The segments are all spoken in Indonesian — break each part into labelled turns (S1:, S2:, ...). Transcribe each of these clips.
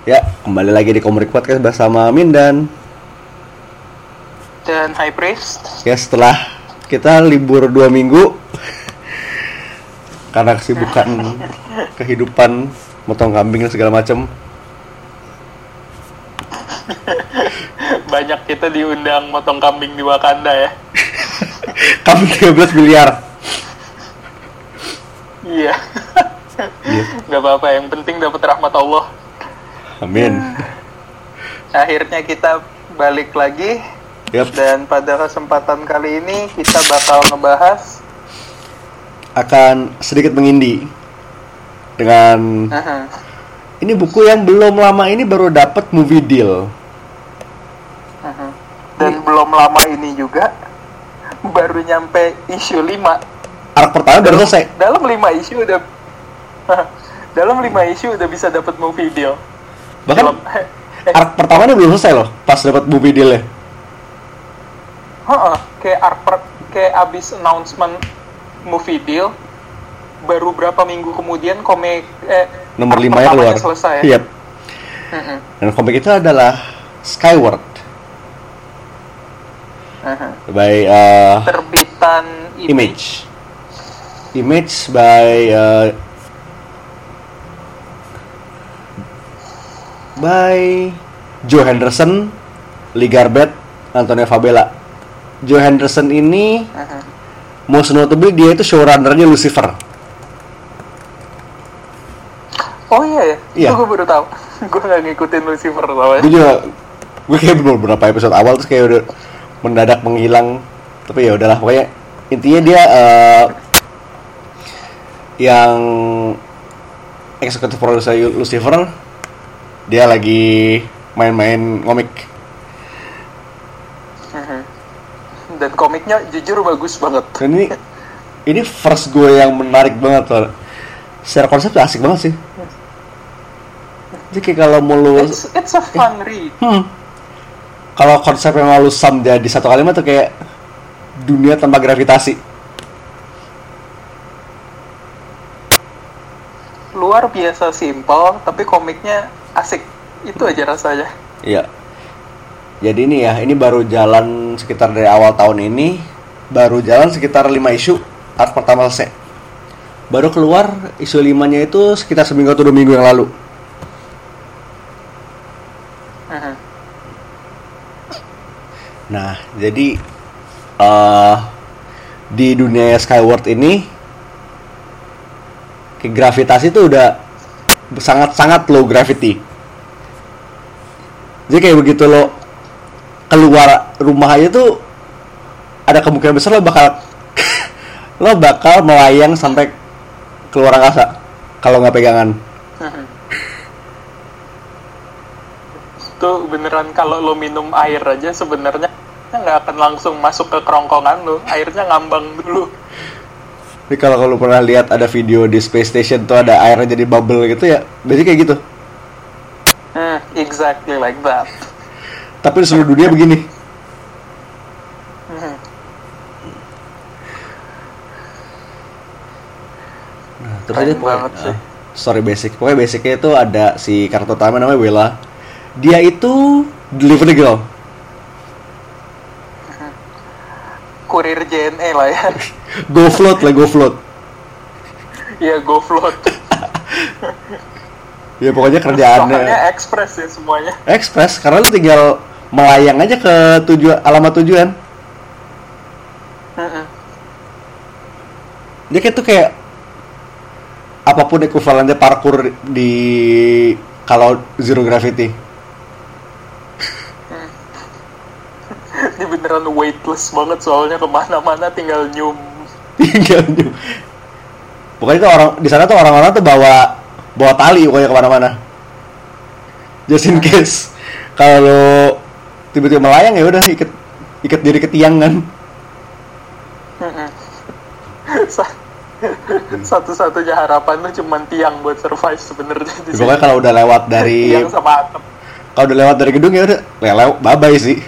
S1: Ya, kembali lagi di Komunik Podcast bersama Mindan
S2: dan High Priest.
S1: Ya, setelah kita libur 2 minggu karena kesibukan kehidupan, motong kambing dan segala macam.
S2: Banyak kita diundang motong kambing di Wakanda ya.
S1: Kambing 13 miliar.
S2: Iya. Gak apa-apa, yang penting dapat rahmat Allah.
S1: Amin.
S2: Akhirnya kita balik lagi.
S1: Yep.
S2: Dan pada kesempatan kali ini kita bakal ngebahas
S1: akan sedikit mengindie dengan ini buku yang belum lama ini baru dapat movie deal.
S2: Dan belum lama ini juga baru nyampe isu 5.
S1: Arc pertama baru selesai.
S2: Dalam 5 isu udah dalam 5 isu udah bisa dapat movie deal.
S1: Bahkan arc pertamanya belum selesai loh pas dapat movie deal ya.
S2: Kayak abis announcement movie deal, baru berapa minggu kemudian komik
S1: nomor 5-nya keluar.
S2: Selesai.
S1: Yep. Dan komik itu adalah Skyward. By
S2: terbitan
S1: Image by Joe Henderson, Lee Garbett, Antonio Fabela. Joe Henderson ini most notably dia itu showrunner-nya Lucifer.
S2: Oh iya ya?
S1: Iya.
S2: Itu gue baru tahu. Gue gak ngikutin Lucifer soalnya.
S1: Gue kayak beberapa episode awal terus kayak udah mendadak menghilang. Tapi ya udahlah, pokoknya intinya dia yang eksekutif produser Lucifer, dia lagi main-main komik.
S2: Dan komiknya jujur bagus banget.
S1: Dan ini first gue yang menarik banget loh. Secara konsep tuh asik banget sih. Jadi kayak kalau mau lu
S2: it's a fun read.
S1: Kalau konsepnya mau lu sum jadi satu kalimat tuh kayak dunia tanpa gravitasi.
S2: Luar biasa simple, tapi komiknya asik. Itu aja rasanya.
S1: Iya. Jadi ini baru jalan sekitar dari awal tahun ini, baru jalan sekitar 5 isu, arc pertama selesai. Baru keluar isu 5-nya itu sekitar seminggu atau 2 minggu yang lalu. Nah, jadi di dunia Skyward ini ke gravitasi itu udah sangat-sangat low gravity. Jadi kayak begitu lo keluar rumah aja tuh ada kemungkinan besar lo bakal melayang sampai keluar angkasa kalau nggak pegangan.
S2: Itu beneran kalau lo minum air aja sebenarnya nggak akan langsung masuk ke kerongkongan lo, airnya ngambang dulu.
S1: Jadi kalau lo pernah lihat ada video di Space Station tuh ada airnya jadi bubble gitu ya, berarti kayak gitu.
S2: Exactly like that.
S1: Tapi di seluruh dunia begini. Nah, terus aja story basic. Pokoknya basicnya itu ada si karakter utama namanya Wella. Dia itu delivery girl.
S2: Kurir JNE lah ya.
S1: Go float.
S2: Iya, go float.
S1: Ya pokoknya kerjaannya
S2: soalnya ekspres ya semuanya.
S1: Ekspres, karena lu tinggal melayang aja ke alamat tujuan. Dia kayak tuh kayak apapun ekuivalennya parkour di kalau zero gravity.
S2: Ini beneran weightless banget soalnya kemana-mana tinggal nyum.
S1: Pokoknya tuh di sana tuh orang-orang tuh bawa tali pokoknya kemana-mana. Just in case kalau tiba-tiba melayang ya udah ikat diri ke tiang kan.
S2: Satu-satunya harapan lu cuman tiang buat survive sebenarnya.
S1: Pokoknya kalau udah lewat dari
S2: tiang sama atap.
S1: Kalau udah lewat dari gedung ya udah bye-bye sih.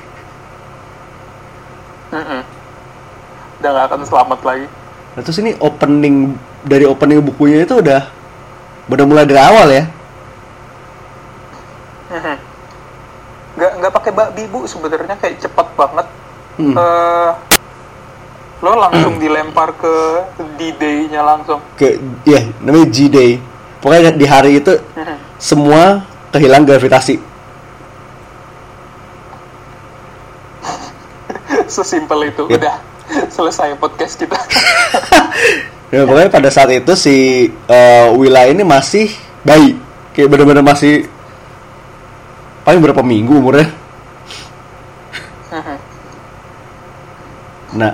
S2: Udah gak akan selamat lagi.
S1: Nah, terus ini opening bukunya itu udah mulai dari awal ya.
S2: Nggak pakai babi bu, sebenarnya kayak cepet banget. Lo langsung dilempar ke D-Day-nya langsung.
S1: Namanya G-Day. Pokoknya di hari itu semua kehilangan gravitasi.
S2: Sesimpel itu. Udah selesai podcast kita.
S1: Ya, pokoknya pada saat itu si Willa ini masih bayi, kayak benar-benar masih paling berapa minggu umurnya. Nah,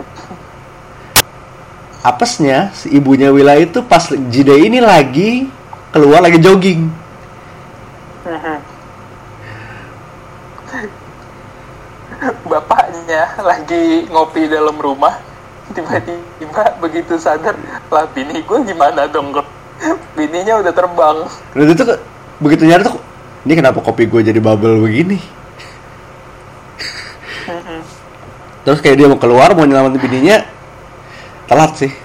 S1: apesnya si ibunya Willa itu pas G-Day ini lagi keluar, lagi jogging.
S2: Bapaknya lagi ngopi dalam rumah, tiba-tiba begitu sadar, lah bini gue gimana dong, bininya udah terbang.
S1: Nah itu tuh begitu nyari tuh, ini kenapa kopi gue jadi bubble begini? Terus kayak dia mau keluar, mau nyelamatin bininya, telat sih.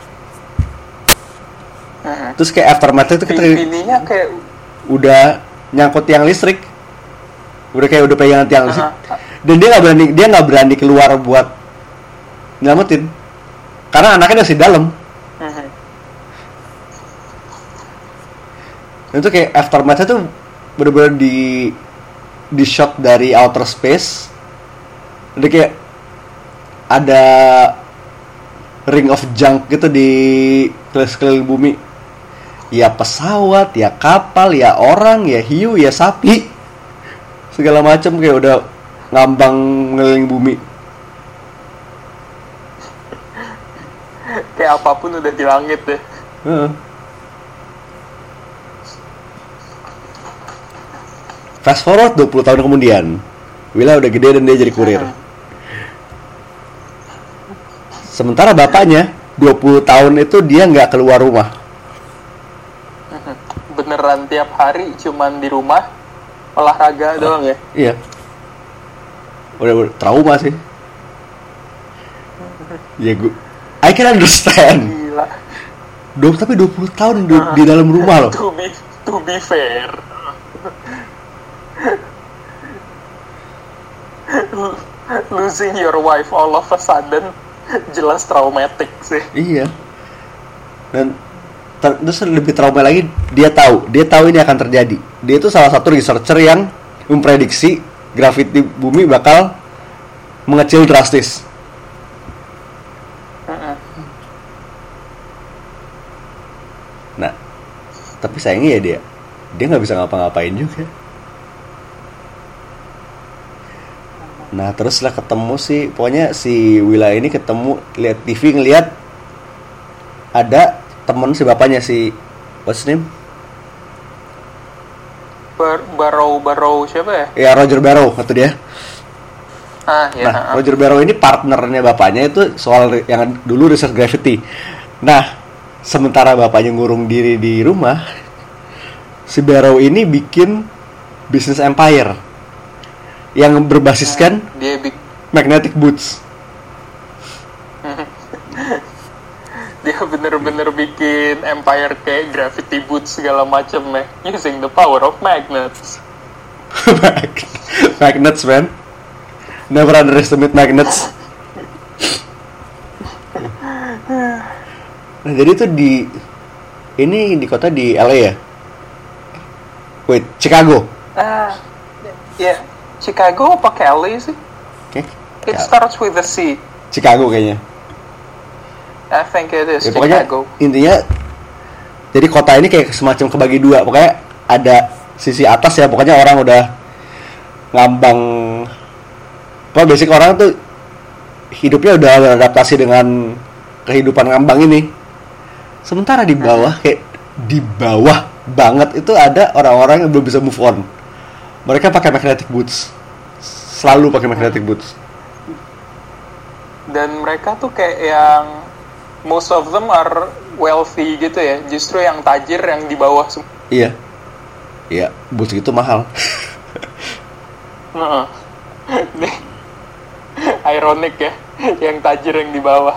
S1: Terus kayak aftermath itu kita
S2: bininya kayak
S1: udah nyangkut tiang listrik, udah pegangan tiang listrik, dan dia nggak berani keluar buat nyelamatin karena anaknya masih dalam. Itu kayak aftermath itu bener-bener di shot dari outer space. Jadi kayak ada ring of junk gitu di sekeliling bumi. Ya pesawat, ya kapal, ya orang, ya hiu, ya sapi, segala macam kayak udah ngambang ngeliling bumi.
S2: Kayak apapun udah di langit deh.
S1: Fast forward 20 tahun kemudian, Willa udah gede dan dia jadi kurir. Sementara bapaknya 20 tahun itu dia nggak keluar rumah.
S2: Beneran tiap hari cuman di rumah olahraga doang ya?
S1: Iya. Udah trauma sih. Ya I can understand.
S2: Gila.
S1: Tapi 20 tahun di dalam rumah loh.
S2: To be fair. Losing your wife all of a sudden jelas traumatic sih.
S1: Iya. Dan terus lebih trauma lagi, dia tahu ini akan terjadi. Dia itu salah satu researcher yang memprediksi graviti bumi bakal mengecil drastis. Nah, tapi sayangnya ya dia nggak bisa ngapa-ngapain juga. Nah terus lah ketemu sih, pokoknya si Willa ini ketemu, lihat TV, ngelihat ada temen si bapaknya, si what's his name?
S2: Barrow siapa ya?
S1: Ya Roger Barrow kata dia.
S2: Nah
S1: Roger Barrow ini partnernya bapaknya itu soal yang dulu research gravity. Nah sementara bapaknya ngurung diri di rumah, si Barrow ini bikin bisnis empire yang berbasiskan magnetic boots.
S2: Dia bener-bener bikin empire kayak gravity boots segala macam ya, using the power of magnets.
S1: Magnets, man. Never underestimate magnets. Nah, jadi itu di kota di LA ya? Wait, Chicago.
S2: Ya, Chicago apa LA sih?
S1: Okay.
S2: It starts with a C.
S1: Chicago kayaknya.
S2: I think it is
S1: ya, pokoknya,
S2: Chicago.
S1: Intinya jadi kota ini kayak semacam kebagi dua. Pokoknya ada sisi atas ya, pokoknya orang udah ngambang. Basic orang tuh hidupnya udah beradaptasi dengan kehidupan ngambang ini. Sementara di bawah, kayak di bawah banget itu ada orang-orang yang belum bisa move on. Mereka pakai magnetic boots. Selalu pakai magnetic boots.
S2: Dan mereka tuh kayak yang most of them are wealthy gitu ya. Justru yang tajir yang di bawah semua.
S1: Iya. Iya, boots gitu mahal.
S2: Ironik ya, yang tajir yang di bawah.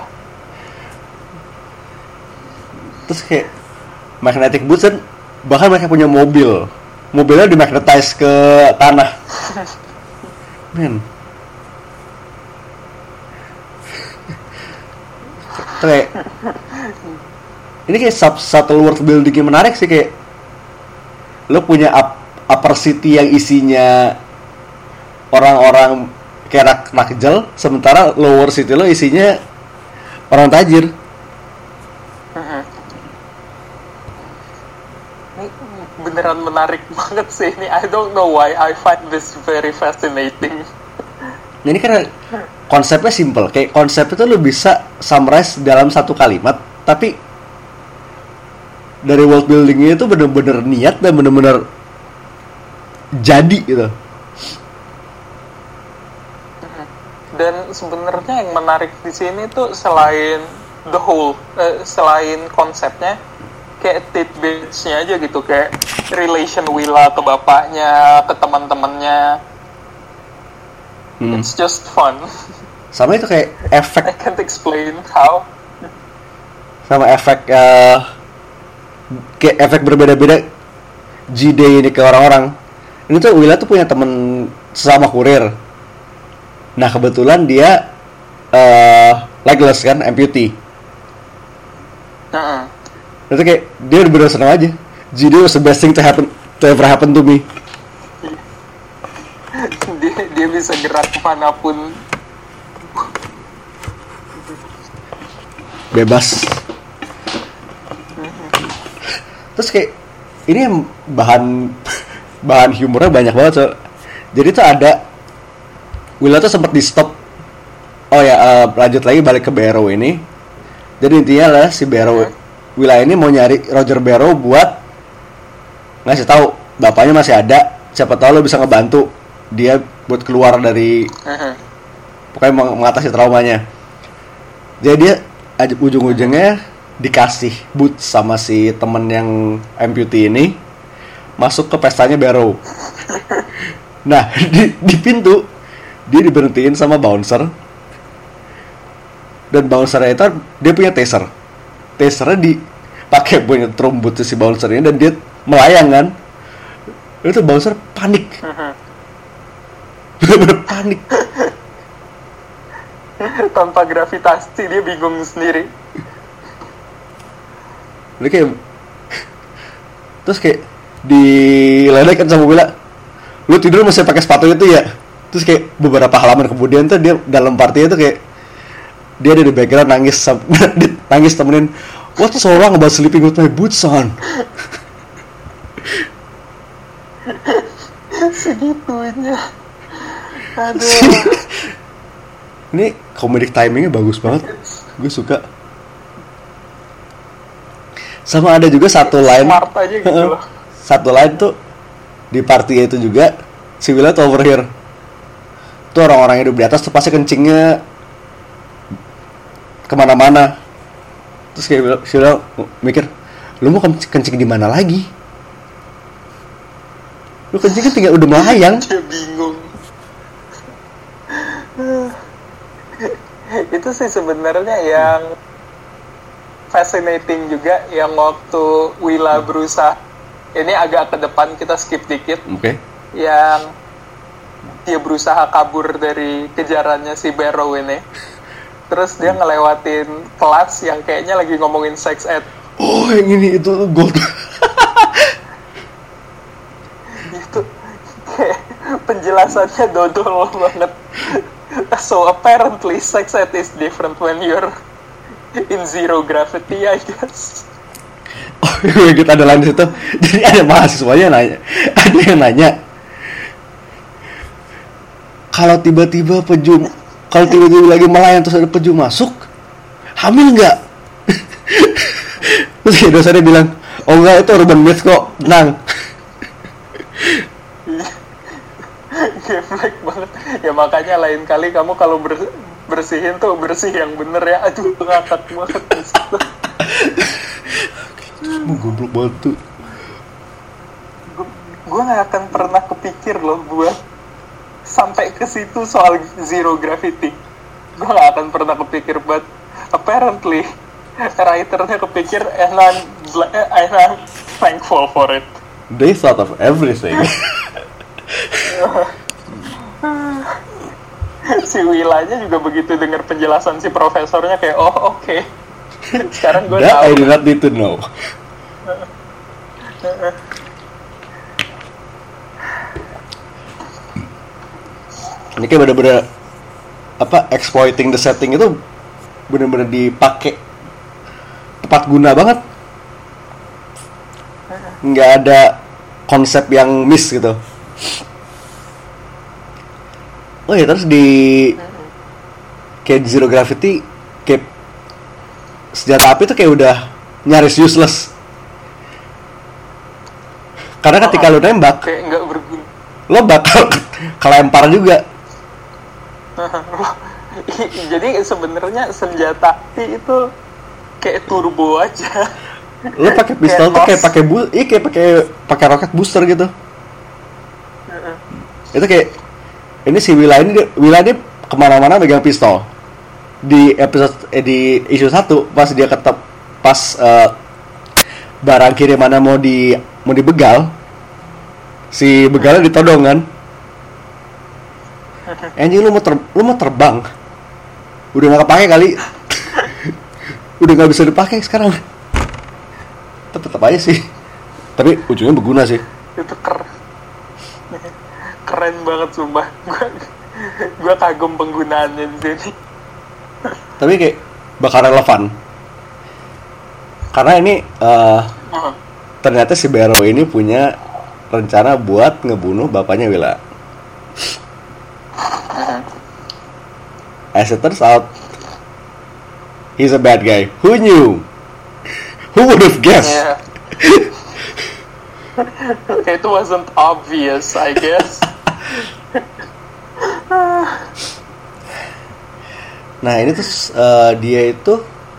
S1: Terus kayak magnetic boots kan, bahkan mereka punya mobil mobilnya dimagnetize ke tanah. Men. Kayak ini kayak subtle world building yang menarik sih, kayak lo punya upper city yang isinya orang-orang kayak rakjel, sementara lower city lo isinya orang tajir.
S2: Ini beneran menarik banget sih ini. I don't know why I find this very fascinating.
S1: Nah, ini karena konsepnya simple, kayak konsep itu lo bisa summarize dalam satu kalimat, tapi dari world buildingnya itu bener-bener niat dan bener-bener jadi gitu.
S2: Dan sebenarnya yang menarik di sini tuh selain the whole, selain konsepnya, kayak tidbits-nya aja gitu, kayak relation Willa ke bapaknya, ke teman-temannya. It's just fun.
S1: Sama itu kayak efek.
S2: I can't explain how.
S1: Sama efek kayak efek berbeda-beda G-Day ini ke orang-orang. Ini tuh Willa tuh punya temen sesama kurir. Nah kebetulan dia legless kan, amputee. Itu kayak dia bener-bener seneng aja. G-Day was the best thing to ever happen to me.
S2: dia bisa gerak kemanapun,
S1: bebas. Terus kayak ini yang bahan humornya banyak banget. So. Jadi tuh ada Willa tuh sempat di stop. Oh ya, lanjut lagi balik ke Barrow ini. Jadi intinya lah si Barrow, Willa ini mau nyari Roger Barrow buat ngasih tahu bapaknya masih ada. Siapa tahu lo bisa ngebantu dia buat keluar dari pokoknya mengatasi traumanya. Jadi dia ujung-ujungnya dikasih boots sama si temen yang amputee ini masuk ke pestanya Barrow. Nah di pintu dia diberhentiin sama bouncer, dan bouncernya itu dia punya tasernya dipakai buat nyetrum boots si bouncer ini, dan dia melayang kan. Itu bouncer panik. Bener-bener panik.
S2: Tanpa gravitasi dia bingung sendiri.
S1: Dia kayak terus kayak diledek kan sama Willa, lu tidur masih pakai sepatu itu ya. Terus kayak beberapa halaman kemudian tuh dia dalam party itu kayak dia ada di background nangis temenin, what's so wrong about sleeping with my boots on?
S2: Segitunya. Aduh.
S1: Ini comedic timingnya bagus banget, gue suka. Sama ada juga satu line,
S2: smart aja gitu loh.
S1: Satu line tuh di party itu juga si Willa tuh over here. Tuh orang-orang yang hidup di atas tuh pasti kencingnya kemana-mana. Terus kayak si Willa mikir, lu mau kencing di mana lagi? Lu kencing kan tinggal udah melayang.
S2: Dia bingung. Itu sih sebenarnya yang fascinating juga, yang waktu Willa berusaha, ini agak ke depan kita skip dikit.
S1: Oke.
S2: Yang dia berusaha kabur dari kejarannya si Barrow ini. Terus dia ngelewatin kelas yang kayaknya lagi ngomongin sex ed.
S1: Oh, yang ini itu gold.
S2: Itu kayak penjelasannya dodol banget. So apparently sex ed is different when you're in zero gravity, I guess.
S1: Oh, kita ada lanjut situ. Jadi ada mahasiswanya nanya, ada yang nanya, kalau tiba-tiba lagi melayang terus ada peju masuk, hamil nggak? Terus kayak dosennya bilang, oh enggak, itu urban myth kok, tenang.
S2: Geblek banget. Ya makanya lain kali kamu kalau bersihin tuh bersih yang bener ya. Aduh, ngakak banget di situ.
S1: Mau goblok banget tuh.
S2: Gue gak akan pernah kepikir loh buat sampai ke situ soal zero gravity. Gue gak akan pernah kepikir, but apparently writernya kepikir, and I'm thankful for it.
S1: They thought of everything.
S2: Si Willanya juga begitu dengar penjelasan si profesornya kayak oh oke. Sekarang gue
S1: That
S2: tahu.
S1: I do not need to know. Ini kayak bener-bener exploiting the setting itu bener-bener dipakai tepat guna banget. Nggak ada konsep yang miss gitu. Oh ya, terus di kayak Zero Gravity kayak senjata api tuh kayak udah nyaris useless. Karena ketika lo nembak,
S2: kayak nggak berguna.
S1: lo bakal kelempar juga.
S2: Jadi sebenarnya senjata api itu kayak turbo aja.
S1: Lo pakai pistol tuh kayak pakai roket booster gitu. Itu kayak ini si Willa ini kemana-mana megang pistol. Di episode di issue 1 pas dia barang kirimannya mau dibegal, si begalnya ditodong kan. Anjing, lu mau terbang, udah nggak kepake kali. Udah nggak bisa dipakai sekarang. Tetap aja sih, tapi ujungnya berguna sih.
S2: Itu keren banget sumpah. Gua kagum penggunaannya di sini.
S1: Tapi kayak bakal relevan karena ini ternyata si Barrow ini punya rencana buat ngebunuh bapaknya Willa. As it turns out, he's a bad guy. Who knew? Who would have guessed?
S2: Yeah. It wasn't obvious, I guess.
S1: Nah ini terus dia itu,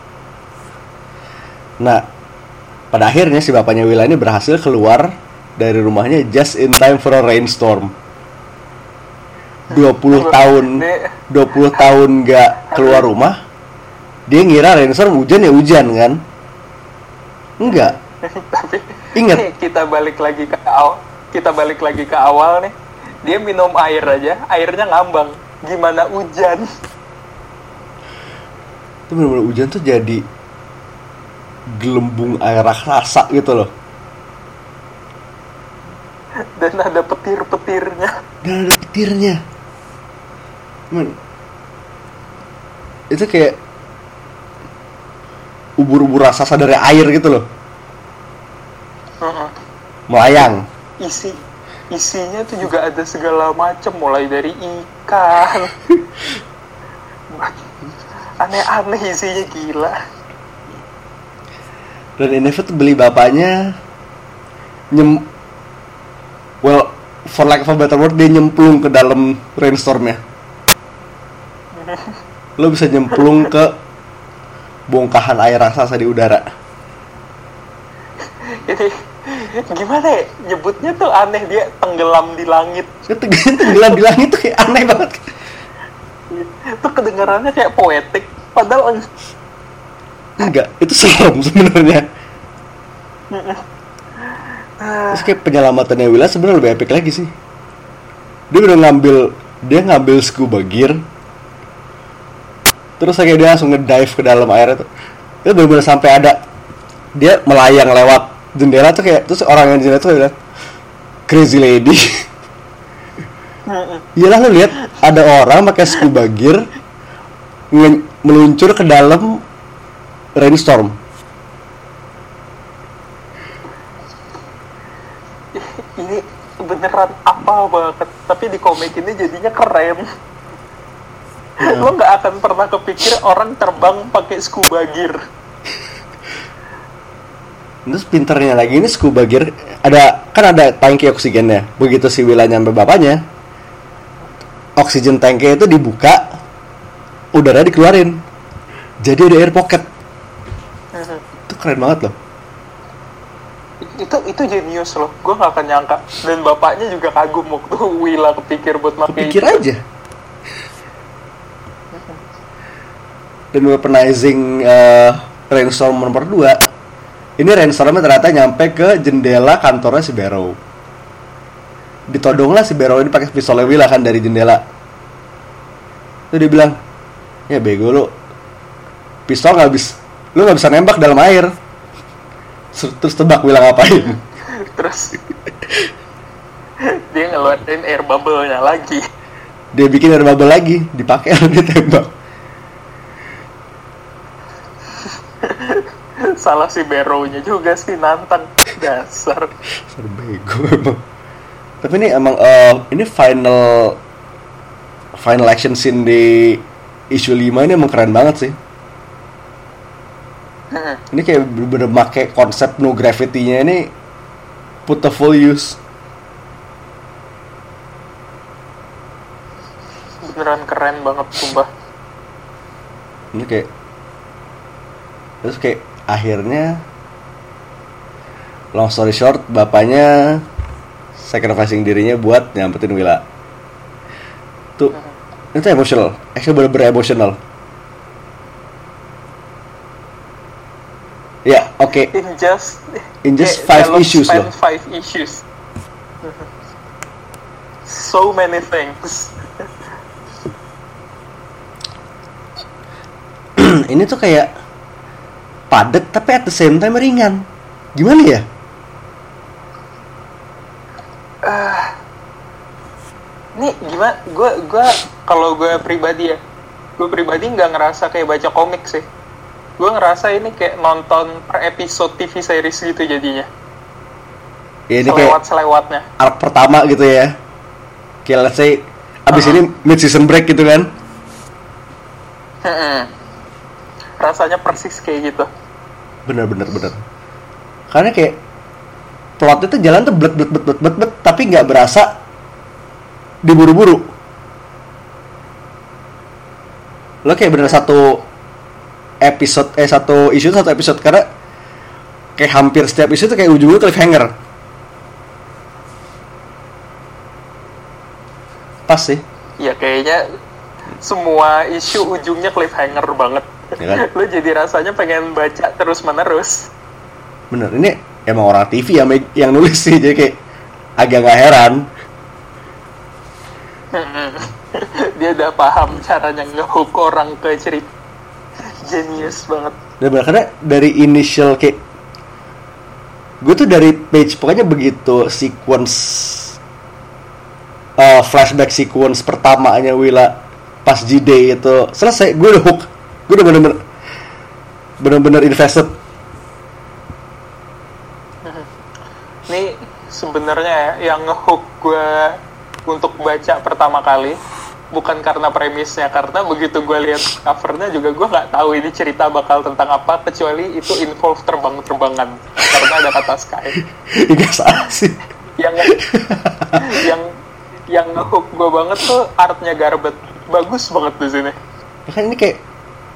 S1: nah pada akhirnya si bapaknya Willa ini berhasil keluar dari rumahnya just in time for a rainstorm. 20 tahun gak keluar rumah, dia ngira rainstorm hujan ya hujan kan? Enggak.
S2: Tapi
S1: ingat,
S2: kita balik lagi ke awal nih. Dia minum air aja, airnya ngambang. Gimana hujan?
S1: Itu bener-bener hujan tuh jadi gelembung air raksasa gitu loh.
S2: Dan ada petir-petirnya.
S1: Itu kayak ubur-ubur raksasa dari air gitu loh. Melayang.
S2: Isinya tuh juga ada segala macam, mulai dari ikan. Aneh-aneh isinya, gila.
S1: Dan inevitably bapaknya for lack of a better word, dia nyemplung ke dalam rainstormnya. Lo bisa nyemplung ke bongkahan air raksasa di udara.
S2: Ini gimana ya nyebutnya tuh aneh, dia tenggelam di langit.
S1: Tenggelam di langit tuh kayak aneh banget.
S2: Itu kedengarannya kayak poetik, padahal
S1: enggak, itu serem sebenarnya. Terus kayak penyelamatannya Willa sebenarnya lebih epic lagi sih. Dia ngambil scuba gear, terus kayak dia langsung ngedive ke dalam air itu. Itu benar-benar sampai ada dia melayang lewat jendela tuh kayak, terus orang yang jendela tuh bilang crazy lady. Iyalah, lu lihat ada orang pakai scuba gear meluncur ke dalam rainstorm.
S2: Ini beneran apal banget, tapi di komik ini jadinya keren. Lo nggak akan pernah kepikir orang terbang pakai scuba gear.
S1: Terus pinternya lagi, ini scuba gear ada tangki oksigennya. Begitu si Willa nyampe bapaknya, oksigen tanknya itu dibuka, udara dikeluarin, jadi ada air pocket. Itu keren banget loh.
S2: Itu jenius loh, gue nggak akan nyangka. Dan bapaknya juga kagum waktu Willa kepikir buat pakai itu.
S1: Aja. Dan weaponizing rainstorm nomor 2 Ini rainstormnya ternyata nyampe ke jendela kantornya si Barrow. Ditodonglah si Barrow ini pakai pistolnya Willa kan dari jendela. Terus dia bilang, ya bego lu, pistol lu nggak bisa nembak dalam air. Terus tebak Willa ngapain?
S2: Terus dia ngeluarin air bubble-nya lagi.
S1: Dia bikin air bubble lagi, dipakai lalu dia tembak.
S2: Salah si Barrow-nya juga sih nantang. Dasar
S1: Bego emang. Tapi ini emang ini final action scene di issue 5 ini emang keren banget sih. Ini kayak bener-bener make konsep no gravity-nya ini put the full use.
S2: Beneran keren banget sumpah.
S1: Ini kayak terus kayak akhirnya long story short bapaknya sacrificing dirinya buat nyampetin Willa. Tuh itu emotional, actually bener-bener emotional. Ya, oke. In just 5 issues loh.
S2: 5 issues. So many things.
S1: Ini tuh kayak padat tapi at the same time ringan. Gimana ya?
S2: Ini gimana? Gue kalau gue pribadi nggak ngerasa kayak baca komik sih. Gue ngerasa ini kayak nonton per episode TV series gitu jadinya.
S1: Ya, ini
S2: selewatnya.
S1: Arc pertama gitu ya. Kayak let's say abis ini mid season break gitu kan.
S2: Rasanya persis kayak gitu.
S1: Bener. Karena kayak plotnya tuh jalan tuh bet tapi nggak berasa diburu-buru. Lo kayak bener satu episode karena kayak hampir setiap isu tuh kayak ujungnya cliffhanger. Pas sih.
S2: Ya kayaknya semua isu ujungnya cliffhanger banget. Ya kan? Lo jadi rasanya pengen baca terus-menerus.
S1: Bener, ini emang orang TV yang nulis sih, jadi kayak agak gak heran.
S2: Dia udah paham caranya nge-hook orang ke cerita. Genius banget.
S1: Dan karena dari initial kayak gue tuh dari page pokoknya begitu sequence flashback sequence pertamanya Willa pas G-Day itu selesai, gue udah hook. Gue udah bener-bener invested.
S2: Ini sebenarnya yang nge-hook gue untuk baca pertama kali bukan karena premisnya, karena begitu gue lihat covernya juga gue nggak tahu ini cerita bakal tentang apa kecuali itu involve terbang-terbangan karena ada kata sky.
S1: Iya salah sih.
S2: Yang nge-hook gue banget tuh artnya Garbett, bagus banget di sini.
S1: Kan ini kayak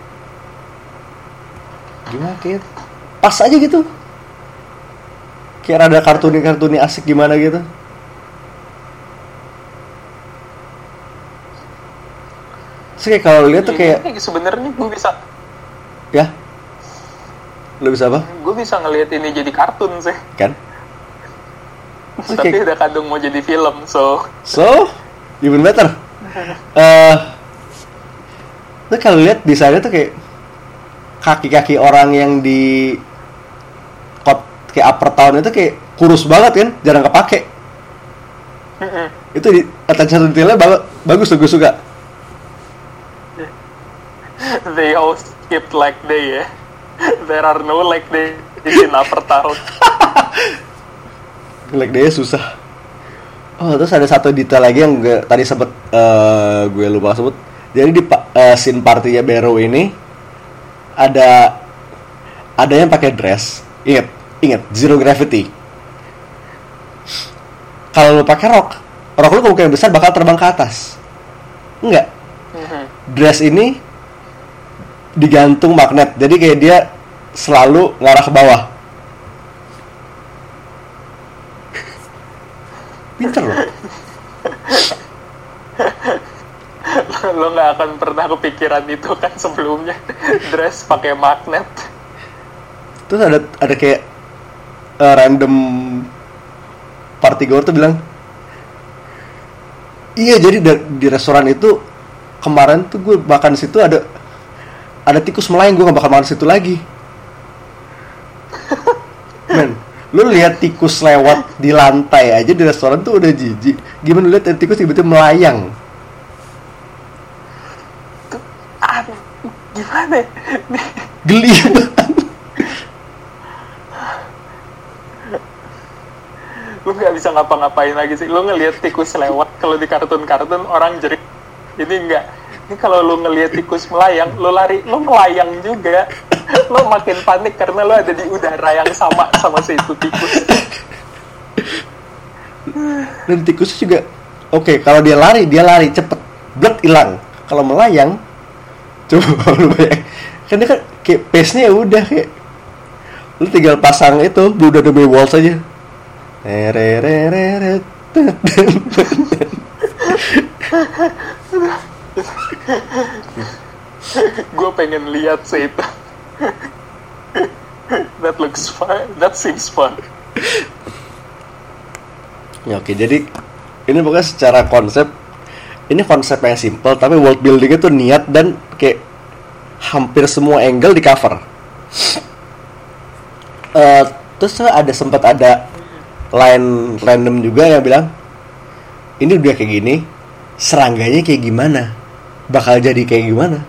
S1: gimana kayak pas aja gitu. Kayak ada kartuni asik gimana gitu. Terus kayak kalau lihat tuh kayak
S2: sebenarnya gue bisa
S1: ya lo bisa apa?
S2: Gue bisa ngelihat ini jadi kartun sih
S1: kan.
S2: Tapi kayak udah kadung mau jadi film, so
S1: even better. Tuh kalau lihat desainnya tuh kayak kaki-kaki orang yang di kayak upper town itu kayak kurus banget kan, jarang kepake. Itu di attention detailnya bagus tuh, gue suka.
S2: They all skipped leg day ya. There are no leg day in upper town.
S1: Leg day susah. Oh, terus ada satu detail lagi yang tadi sempet gue lupa sebut. Jadi di scene partinya Barrow ini ada yang pakai dress. Ingat zero gravity. Kalau lo pakai rok lo kemungkinan besar bakal terbang ke atas. Enggak. Dress ini digantung magnet, jadi kayak dia selalu ngarah ke bawah. Pinter loh.
S2: Lo nggak akan pernah kepikiran itu kan sebelumnya. Dress pakai magnet.
S1: Terus ada kayak random party goer tuh bilang, iya jadi di restoran itu kemarin tuh gue makan di situ ada tikus melayang, gue gak bakal makan di situ lagi. Men, lu lihat tikus lewat di lantai aja di restoran tuh udah jijik. Gimana lu lihat tikus tiba-tiba melayang?
S2: Gimana?
S1: Geli banget.
S2: Lu nggak bisa ngapa-ngapain lagi sih. Lu ngelihat tikus lewat, kalau di kartun-kartun orang jerit. Ini enggak. Ini kalau lu ngelihat tikus melayang, lu lari, lu melayang juga. Lu makin panik karena lu ada di udara yang sama si itu tikus.
S1: Dan tikus juga oke, kalau dia lari cepet, blek hilang. Kalau melayang, coba lu bayangin, kan dia kan kayak pace-nya udah kayak lu tinggal pasang itu Blue Dada Waltz aja.
S2: Gue pengen lihat sih itu. That looks fun. That seems fun.
S1: Ya oke, jadi ini pokoknya secara konsep ini konsep yang simple tapi world buildingnya tuh niat dan kayak hampir semua angle di cover. Terus sempat ada line random juga yang bilang ini udah kayak gini, serangganya kayak gimana, bakal jadi kayak gimana.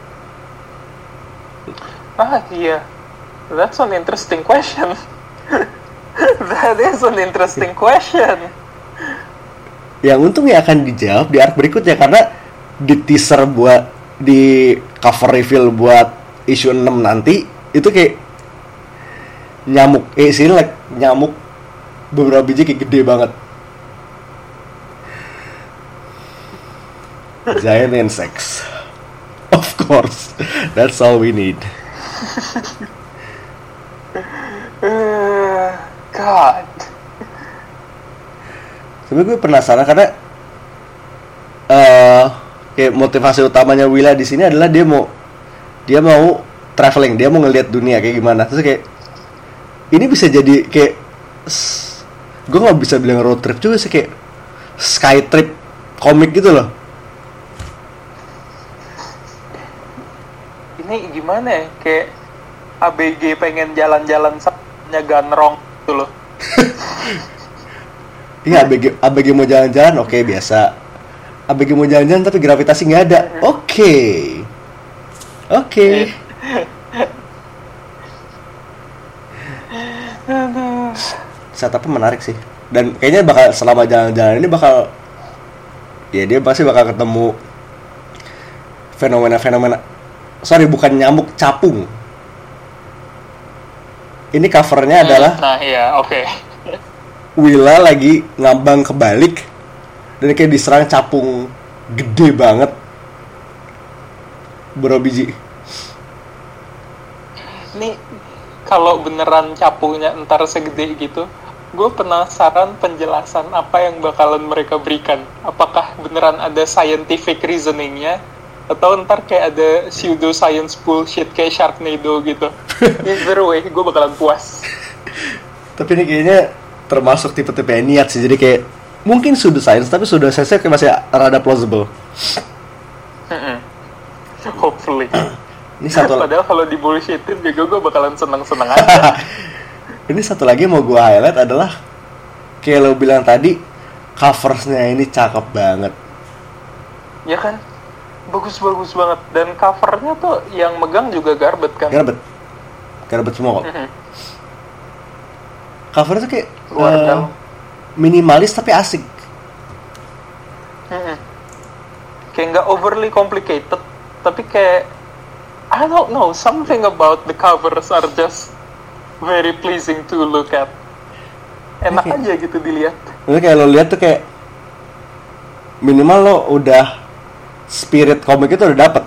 S2: Iya, that's an interesting question. That is an interesting question.
S1: Yang untungnya akan dijawab di arc berikutnya karena di teaser buat di cover reveal buat issue 6 nanti itu kayak nyamuk, nyamuk beberapa biji kayak gede banget. Giant insects. Of course, that's all we need.
S2: God.
S1: Tapi gue penasaran karena kayak motivasi utamanya Willa di sini adalah dia mau traveling, dia mau ngelihat dunia kayak gimana. Terus kayak ini bisa jadi kayak gue nggak bisa bilang road trip juga sih, kayak sky trip komik gitu loh.
S2: Ini gimana ya? Kayak ABG pengen jalan-jalan sama Ganrong gitu loh.
S1: Iya, ABG mau jalan-jalan, oke, biasa. ABG mau jalan-jalan tapi gravitasi nggak ada, oke. Setupnya menarik sih. Dan kayaknya bakal selama jalan-jalan ini dia pasti bakal ketemu fenomena. Sorry, bukan nyamuk, capung. Ini covernya adalah.
S2: Nah iya, oke.
S1: Willa lagi ngambang kebalik dan kayak diserang capung gede banget, berapa biji.
S2: Nih kalau beneran capungnya ntar segede gitu, gue penasaran penjelasan apa yang bakalan mereka berikan. Apakah beneran ada scientific reasoningnya atau ntar kayak ada pseudo science bullshit kayak Sharknado gitu. Either way, gue bakalan puas.
S1: Tapi ini kayaknya termasuk tipe-tipe niat sih, jadi kayak mungkin pseudo science tapi pseudo science kayak masih rada plausible.
S2: Hopefully.
S1: Ini satu.
S2: Padahal kalau di bullshitin juga gue bakalan seneng-seneng aja.
S1: Ini satu lagi mau gue highlight adalah kayak lo bilang tadi, coversnya ini cakep banget.
S2: Ya kan? Bagus-bagus banget. Dan covernya tuh yang megang juga Garbett kan?
S1: Garbett semua kok. Covernya tuh kayak minimalis tapi asik.
S2: Kayak nggak overly complicated, tapi kayak I don't know, something about the covers are just very pleasing to look at. Enak aja gitu dilihat.
S1: Jadi kayak lo lihat tuh kayak minimal lo udah spirit komik itu udah dapet.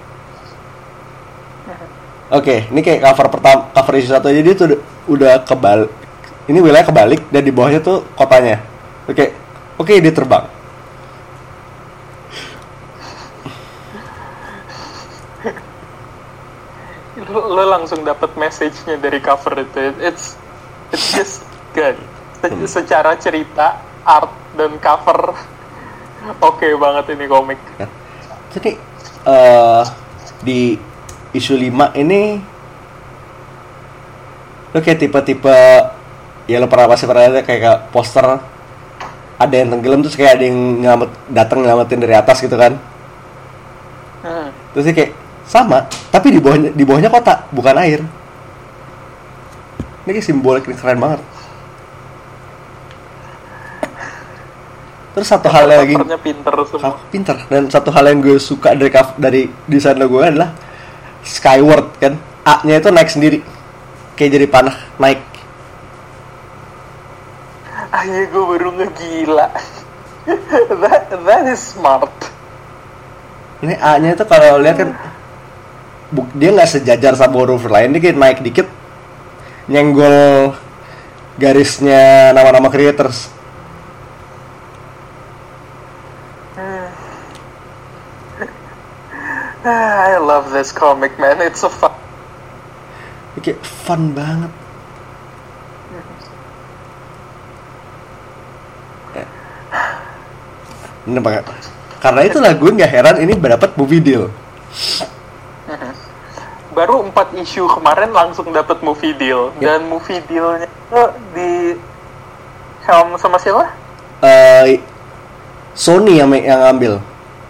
S1: Oke, ini kayak cover issue 1 aja dia tuh udah kebalik. Ini wilayah kebalik dan di bawahnya tuh kotanya. Oke, dia terbang.
S2: lo langsung dapat message-nya dari cover itu. It's just good. Secara cerita, art dan cover, oke banget ini komik.
S1: Jadi di isu 5 ini lo kayak tipe-tipe ya lo pasti pernah lihat kayak poster ada yang tenggelam terus kayak ada yang datang nyelamatin dari atas gitu kan. Terus sih kayak sama tapi di bawahnya kota bukan air. Ini kayak simbolik keren banget. Terus satu hal lagi pinter dan satu hal yang gue suka dari desain logo adalah skyward kan, A-nya itu naik sendiri kayak jadi panah naik.
S2: Ayo gue baru ngegila. that is smart.
S1: Ini A-nya itu kalau lihat kan dia nggak sejajar sama huruf lain, dia kayak naik dikit nyenggol garisnya nama-nama creators.
S2: I love this comic, man. It's so fun.
S1: Kayak fun banget. Ini banget. Karena itulah gue nggak heran ini dapat movie deal.
S2: Baru 4 isu kemarin langsung dapat movie deal. Dan movie dealnya itu di helm sama siapa?
S1: Sony yang ambil.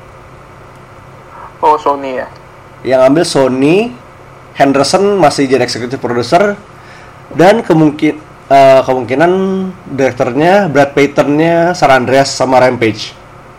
S2: Oh, Sony ya.
S1: Yang ambil Sony, Henderson masih jadi executive producer, dan kemungkinan direkturnya Brad Payton-nya San Andreas sama Rampage.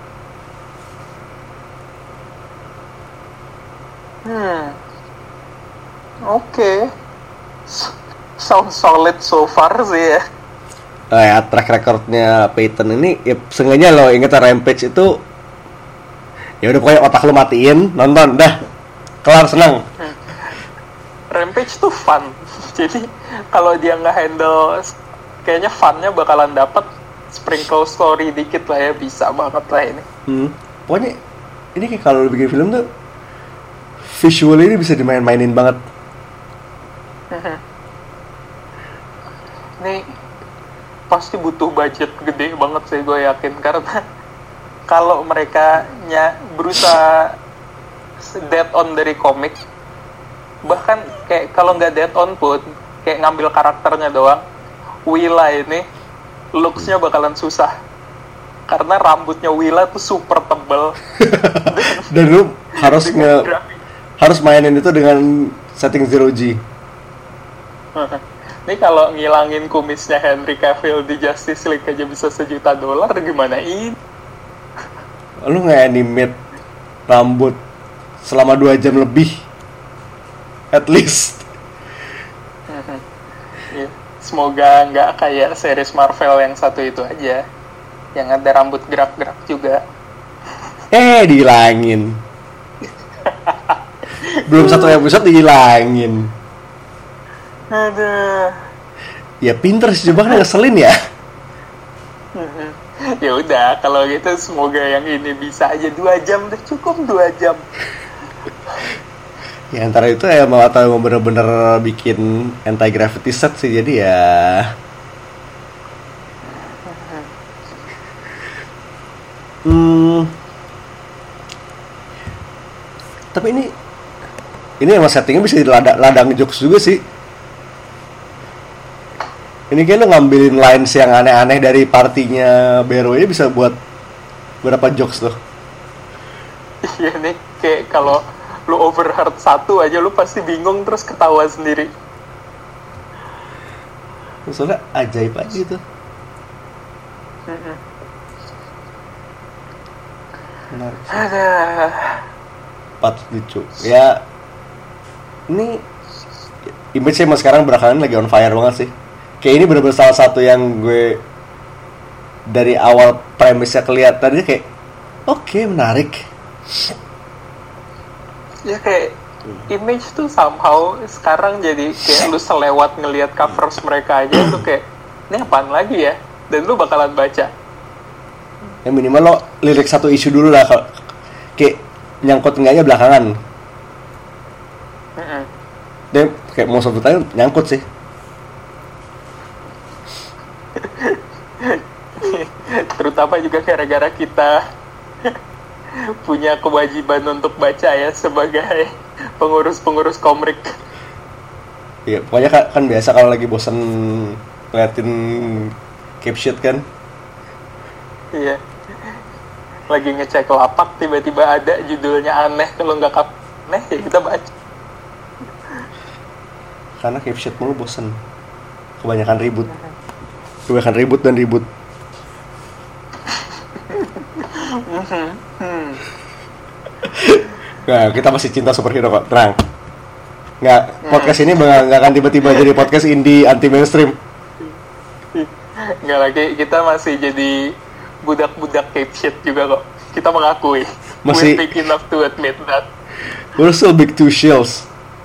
S2: Oke. Sound solid so far sih ya.
S1: Ya track recordnya Payton ini ya seenggaknya lo inget Rampage itu ya udah pokoknya otak lo matiin nonton dah kelar senang.
S2: Rampage tuh fun. Jadi kalau dia nggak handle kayaknya funnya bakalan dapet, sprinkle story dikit lah ya, bisa banget lah ini.
S1: Pokoknya ini kayak kalau lo bikin film tuh visual ini bisa dimain-mainin banget.
S2: Ini pasti butuh budget gede banget sih gue yakin, karena kalau mereka berusaha dead on dari komik, bahkan kayak kalau nggak dead on pun kayak ngambil karakternya doang, Willa ini looks-nya bakalan susah karena rambutnya Willa tuh super tebel.
S1: Dan lu harus mainin itu dengan setting 0G.
S2: Ini kalau ngilangin kumisnya Henry Cavill di Justice League aja bisa $1 juta, gimana ini?
S1: Lu nge-animate rambut selama 2 jam lebih at least.
S2: Semoga nggak kayak series Marvel yang satu itu aja, yang ada rambut gerak-gerak juga.
S1: Dihilangin. Belum 1 episode dihilangin.
S2: Aduh.
S1: Ya pinter sih, coba kan ngeselin ya.
S2: Ya udah, kalau gitu semoga yang ini bisa aja 2 jam, udah cukup 2 jam.
S1: Ya antara itu ya mau atau mau bener-bener bikin anti-gravity set sih, jadi ya. Tapi ini emang settingnya bisa ladang jokes juga sih. Ini kayak lu ngambilin lines yang aneh-aneh dari partinya Barrow ini bisa buat berapa jokes tuh.
S2: Iya nih, kayak kalau lu overheard satu aja lu pasti bingung terus ketawa sendiri.
S1: Soalnya ajaib aja gitu. Menarik. Patut lucu. Ya, ini image emang sekarang belakangan lagi on fire banget sih. Kayak ini bener-bener salah satu yang gue dari awal premisnya kelihatannya kayak oke, menarik.
S2: Ya kayak image tuh somehow sekarang jadi kayak lu selewat ngelihat covers mereka aja tuh kayak ini apaan lagi ya, dan lu bakalan baca.
S1: Ya minimal lo lirik satu isu dulu lah, kayak nyangkut enggaknya belakangan. Dia kayak most of the time nyangkut sih.
S2: Terutama juga gara-gara kita punya kewajiban untuk baca ya sebagai pengurus komik.
S1: Iya, pokoknya kan biasa kalau lagi bosen ngeliatin caption kan.
S2: Iya. Lagi ngecek lapak tiba-tiba ada judulnya aneh, kalau nggak aneh ya kita baca.
S1: Karena caption mulu bosen. Kebanyakan ribut dan ribut. Nah, kita masih cinta superhero kok, tenang. Nggak, podcast ini nggak akan tiba-tiba jadi podcast indie anti mainstream.
S2: Nggak lagi, kita masih jadi budak-budak cape shit juga kok. Kita mengakui.
S1: Masih-
S2: We're big enough to admit that.
S1: We're still big two shills.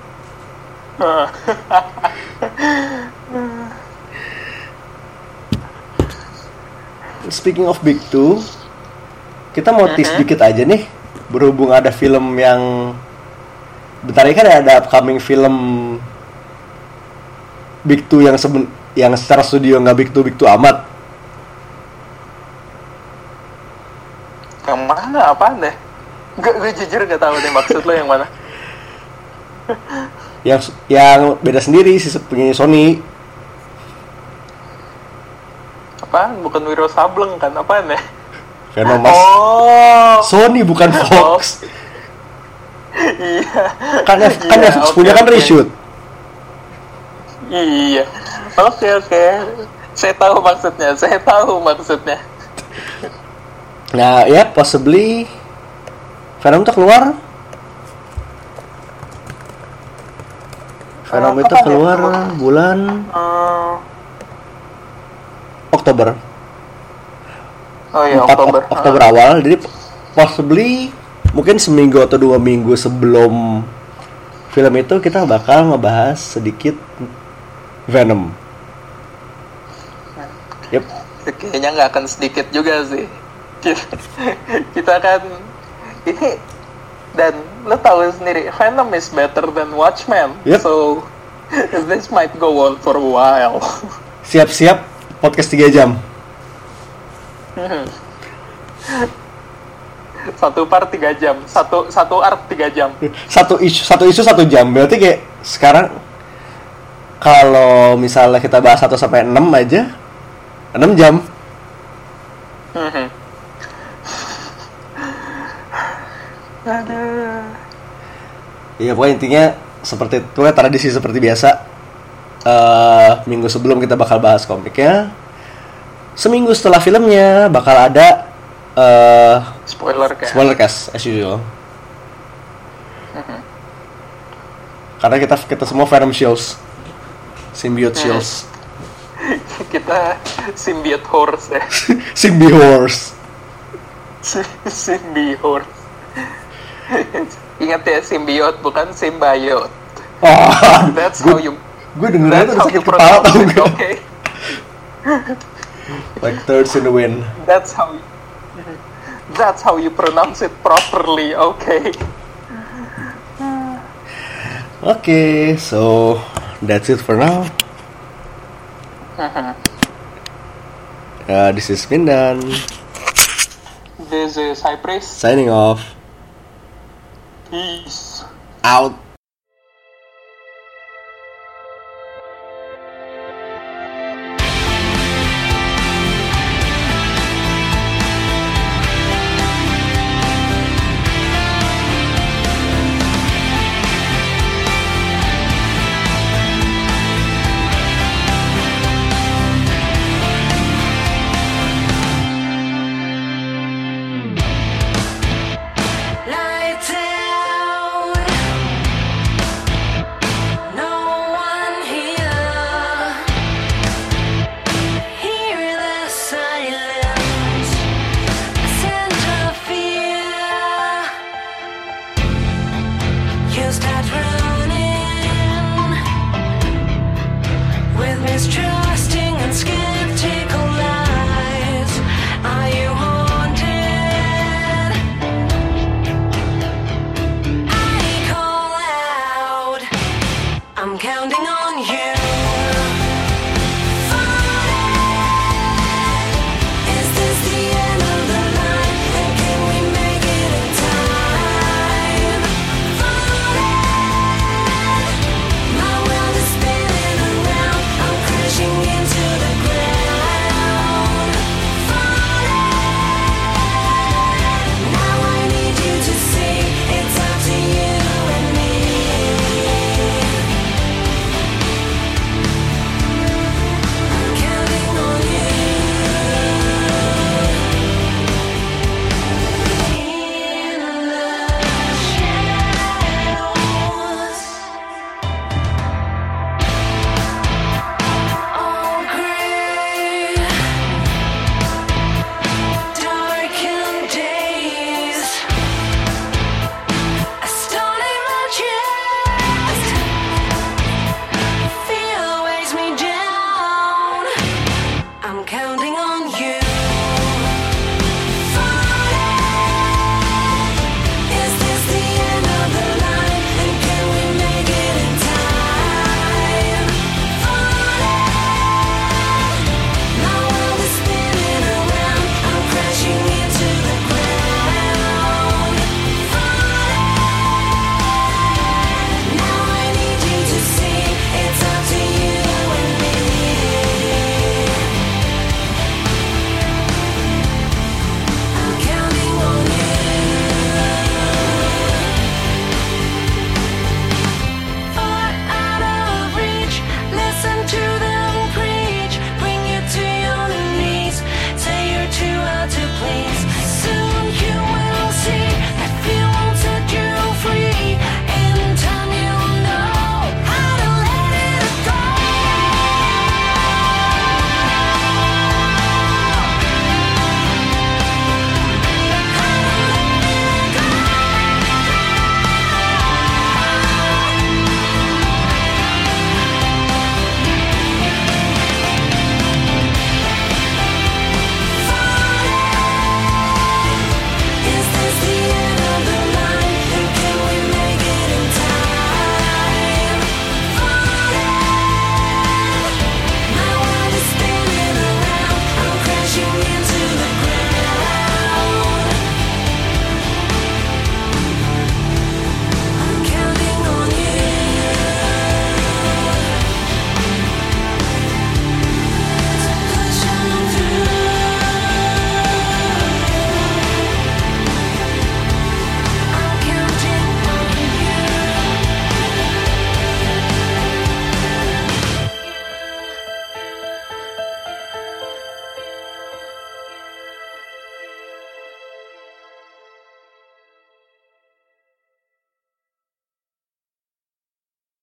S1: Speaking of big two, kita mau tease dikit aja nih. Berhubung ada film yang bentar ini kan ada upcoming film big two yang secara studio nggak big two amat.
S2: Yang mana? Apaan deh? Gue jujur gak tahu deh maksud lo yang mana.
S1: Yang beda sendiri sih punya Sony.
S2: Apaan? Bukan Wiro Sableng kan? Apaan deh?
S1: Venom Mas.
S2: Oh,
S1: Sony bukan Fox.
S2: iya.
S1: Kan Fox punya kan reshoot.
S2: Iya. Oke. Saya tahu maksudnya.
S1: Nah, ya possibly Venom tuh keluar. Venom itu
S2: kapan ya
S1: keluar
S2: keluar?
S1: bulan Oktober.
S2: Oh iya,
S1: 4
S2: Oktober.
S1: Oktober awal. Jadi possibly mungkin seminggu atau 2 minggu sebelum film itu kita bakal ngebahas sedikit Venom. Yep.
S2: Kayaknya nggak akan sedikit juga sih. Kita kan ini, dan lo tahu sendiri Venom is better than Watchmen.
S1: Yep.
S2: So this might go on for a while.
S1: Siap-siap podcast 3 jam.
S2: Satu part 3 jam, satu arc 3 jam.
S1: Satu isu 1 jam. Berarti kayak sekarang kalau misalnya kita bahas 1 sampai 6 aja 6 jam.
S2: Aduh.
S1: Iya, pokoknya intinya seperti itu ya, tradisi seperti biasa. Minggu sebelum kita bakal bahas komiknya. Seminggu setelah filmnya bakal ada
S2: Spoiler
S1: cast as usual. Karena kita semua Venom Shields, symbiote Shields,
S2: Kita symbiote horse ya.
S1: Symbihorse.
S2: Symbiote. Ingat ya, symbiote bukan symbiote. That's how you.
S1: Gue dengernya
S2: That's
S1: tuh
S2: how
S1: sakit
S2: you
S1: kepala
S2: pronounce
S1: tau
S2: it,
S1: gak?
S2: okay?
S1: Like thirds in the wind.
S2: That's how you pronounce it properly, okay?
S1: Okay, so that's it for now. This is Mindan
S2: This is High Priest.
S1: signing off.
S2: Peace.
S1: Out.
S3: Lights out, no one here. Hear the silence, a sense of fear. You start running with mistrust.